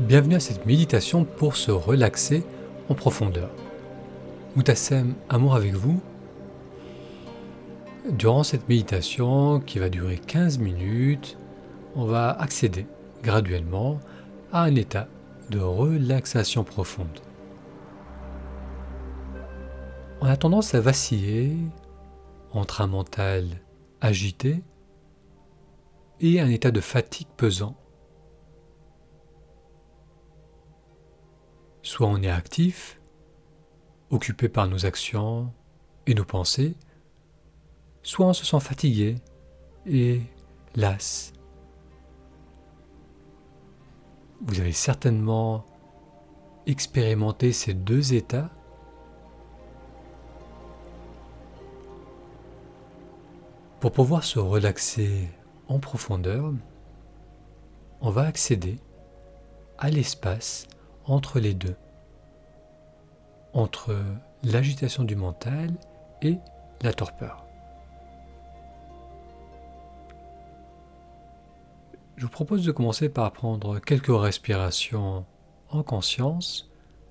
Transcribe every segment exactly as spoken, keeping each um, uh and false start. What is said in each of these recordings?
Bienvenue à cette méditation pour se relaxer en profondeur. Moutassem, amour avec vous. Durant cette méditation qui va durer quinze minutes, on va accéder graduellement à un état de relaxation profonde. On a tendance à vaciller entre un mental agité et un état de fatigue pesant. Soit on est actif, occupé par nos actions et nos pensées, soit on se sent fatigué et las. Vous avez certainement expérimenté ces deux états. Pour pouvoir se relaxer en profondeur, on va accéder à l'espace entre les deux, entre l'agitation du mental et la torpeur. Je vous propose de commencer par prendre quelques respirations en conscience.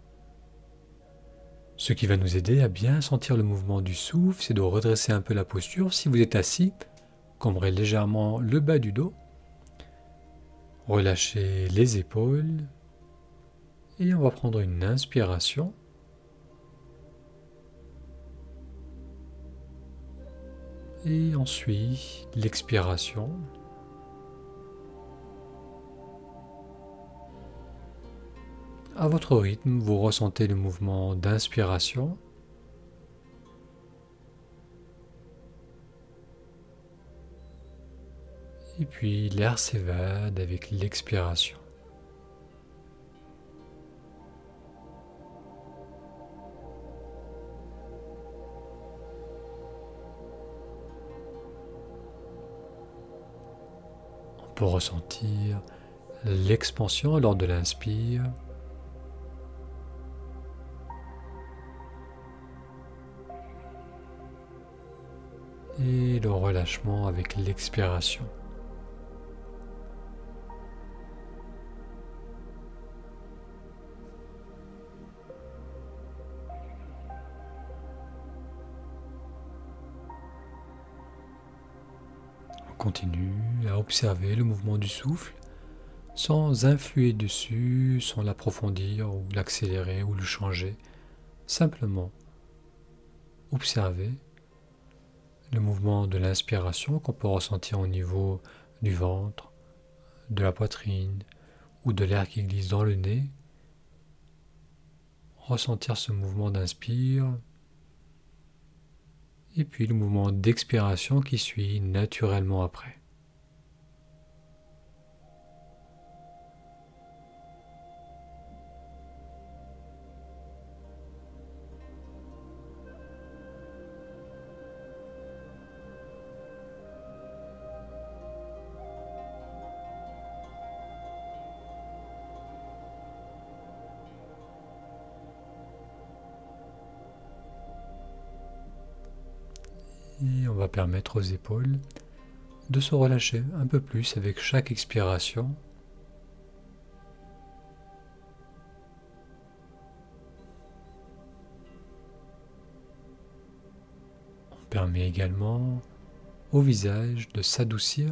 Ce qui va nous aider à bien sentir le mouvement du souffle, c'est de redresser un peu la posture. Si vous êtes assis, cambrez légèrement le bas du dos, relâchez les épaules et on va prendre une inspiration. Et ensuite l'expiration. À votre rythme, vous ressentez le mouvement d'inspiration et puis l'air s'évade avec l'expiration. On peut ressentir l'expansion lors de l'inspire et le relâchement avec l'expiration. On continue à observer le mouvement du souffle sans influer dessus, sans l'approfondir ou l'accélérer ou le changer. Simplement observer le mouvement de l'inspiration qu'on peut ressentir au niveau du ventre, de la poitrine ou de l'air qui glisse dans le nez. Ressentir ce mouvement d'inspire et puis le mouvement d'expiration qui suit naturellement après. Et on va permettre aux épaules de se relâcher un peu plus avec chaque expiration. On permet également au visage de s'adoucir.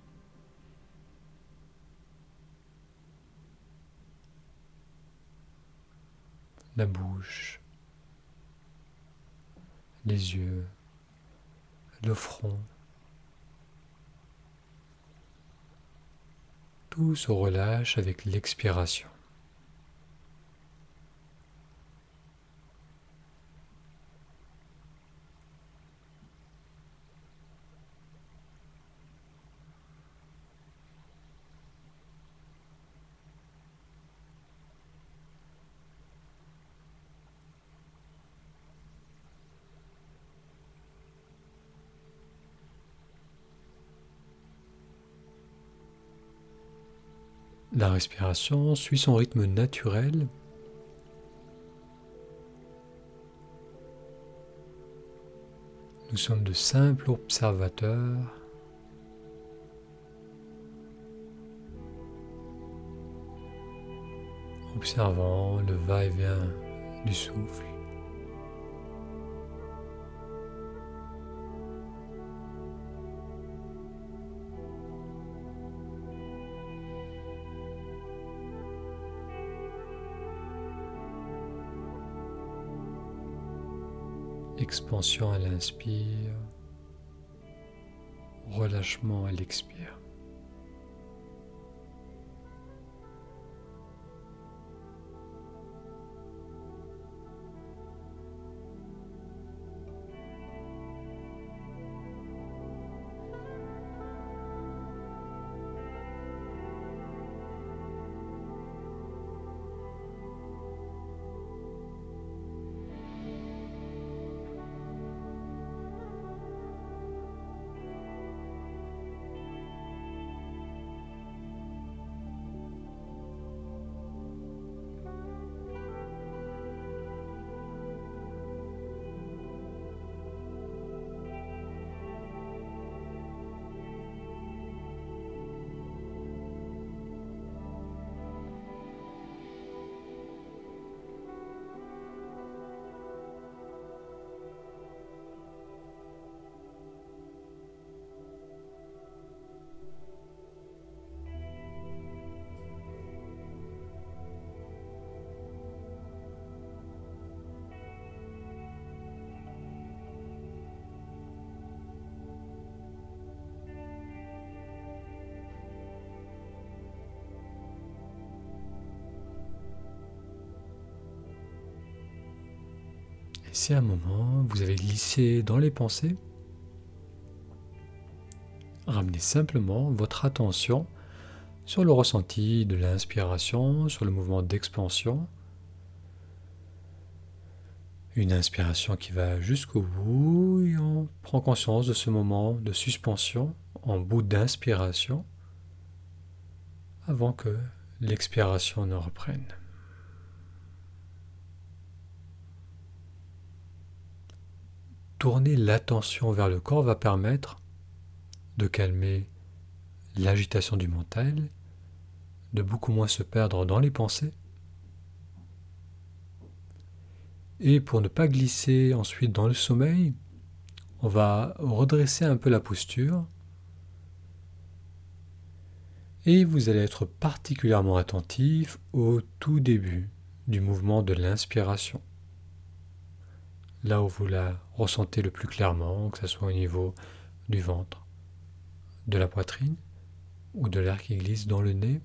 La bouche, les yeux, le front. Tout se relâche avec l'expiration. La respiration suit son rythme naturel. Nous sommes de simples observateurs. observant le va-et-vient du souffle. Expansion à l'inspire, relâchement à l'expire. Et si à un moment vous avez glissé dans les pensées, ramenez simplement votre attention sur le ressenti de l'inspiration, sur le mouvement d'expansion. Une inspiration qui va jusqu'au bout et on prend conscience de ce moment de suspension en bout d'inspiration avant que l'expiration ne reprenne. Tourner l'attention vers le corps va permettre de calmer l'agitation du mental, de beaucoup moins se perdre dans les pensées. Et pour ne pas glisser ensuite dans le sommeil, on va redresser un peu la posture et vous allez être particulièrement attentif au tout début du mouvement de l'inspiration. Là où vous la ressentez le plus clairement, que ce soit au niveau du ventre, de la poitrine ou de l'air qui glisse dans le nez.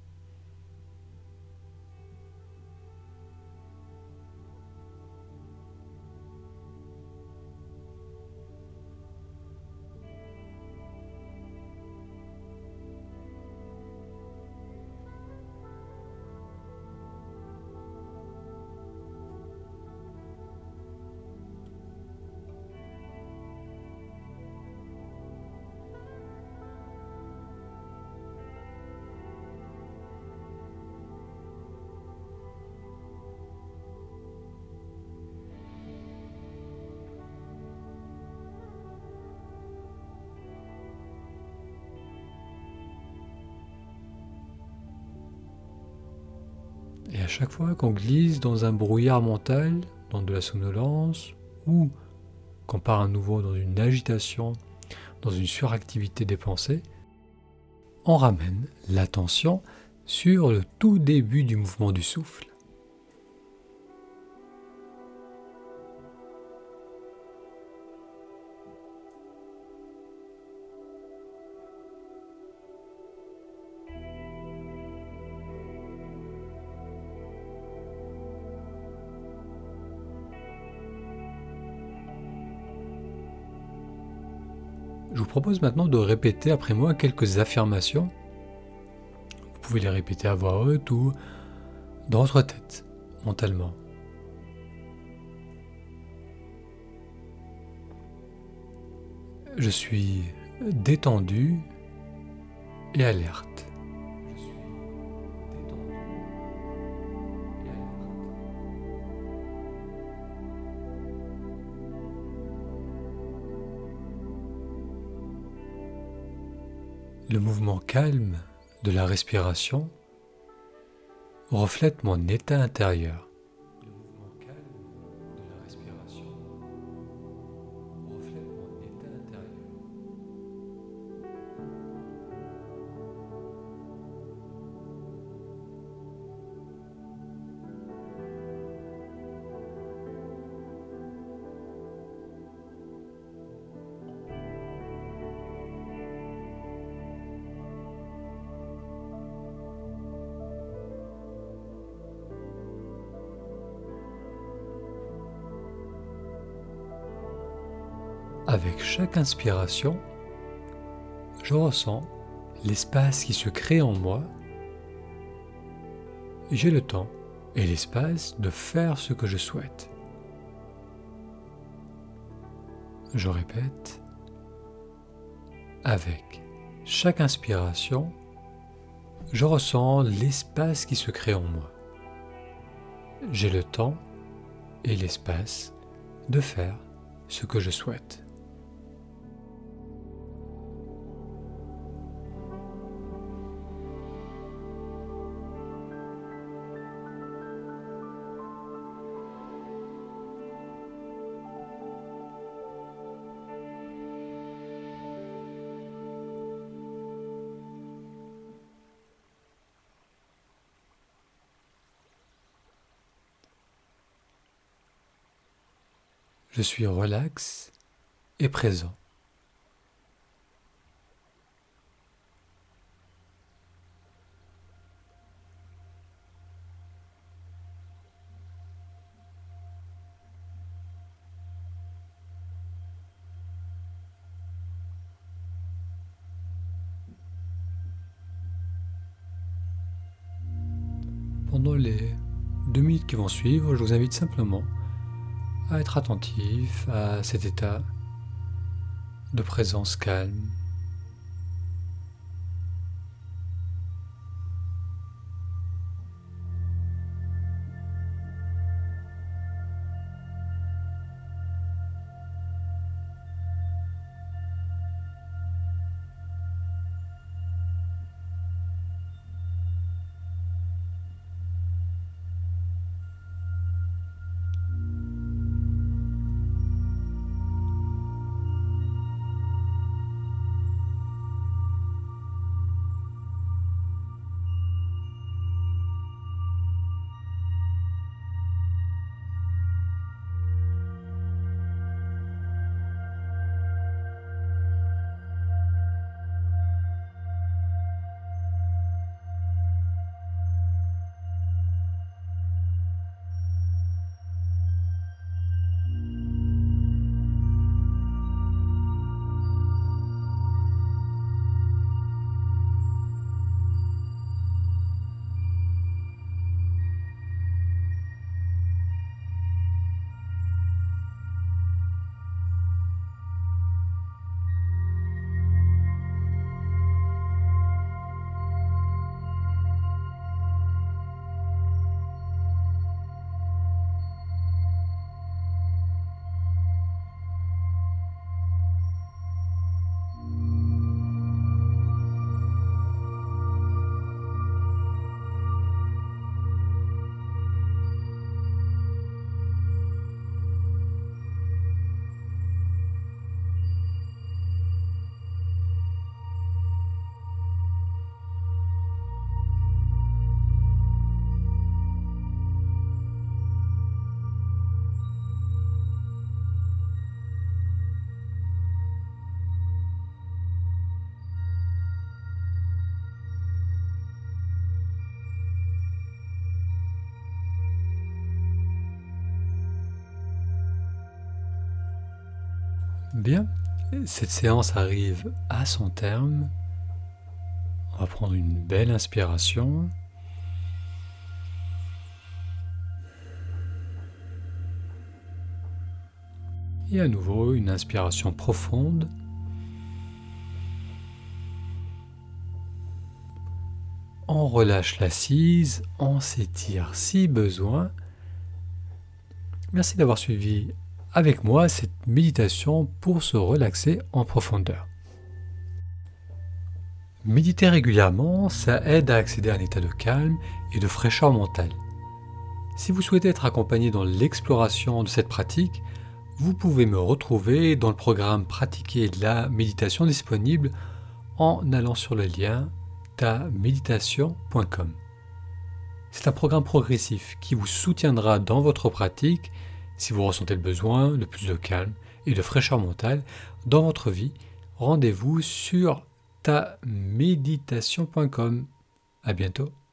Et à chaque fois qu'on glisse dans un brouillard mental, dans de la somnolence, ou qu'on part à nouveau dans une agitation, dans une suractivité des pensées, on ramène l'attention sur le tout début du mouvement du souffle. Je vous propose maintenant de répéter après moi quelques affirmations. Vous pouvez les répéter à voix haute ou dans votre tête, mentalement. Je suis détendu et alerte. Je suis détendu et alerte. Le mouvement calme de la respiration reflète mon état intérieur. Le mouvement calme de la respiration reflète mon état intérieur. Avec chaque inspiration, je ressens l'espace qui se crée en moi. J'ai le temps et l'espace de faire ce que je souhaite. Je répète, avec chaque inspiration, je ressens l'espace qui se crée en moi. J'ai le temps et l'espace de faire ce que je souhaite. Je suis relax et présent. Pendant les deux minutes qui vont suivre, je vous invite simplement à être attentif à cet état de présence calme. Bien, cette séance arrive à son terme. On va prendre une belle inspiration. Et à nouveau, une inspiration profonde. On relâche l'assise, on s'étire si besoin. Merci d'avoir suivi avec moi cette méditation pour se relaxer en profondeur. Méditer régulièrement, ça aide à accéder à un état de calme et de fraîcheur mentale. Si vous souhaitez être accompagné dans l'exploration de cette pratique, vous pouvez me retrouver dans le programme Pratiquer la méditation disponible en allant sur le lien ta méditation point com. C'est un programme progressif qui vous soutiendra dans votre pratique si vous ressentez le besoin de plus de calme et de fraîcheur mentale dans votre vie. Rendez-vous sur ta méditation point com. À bientôt.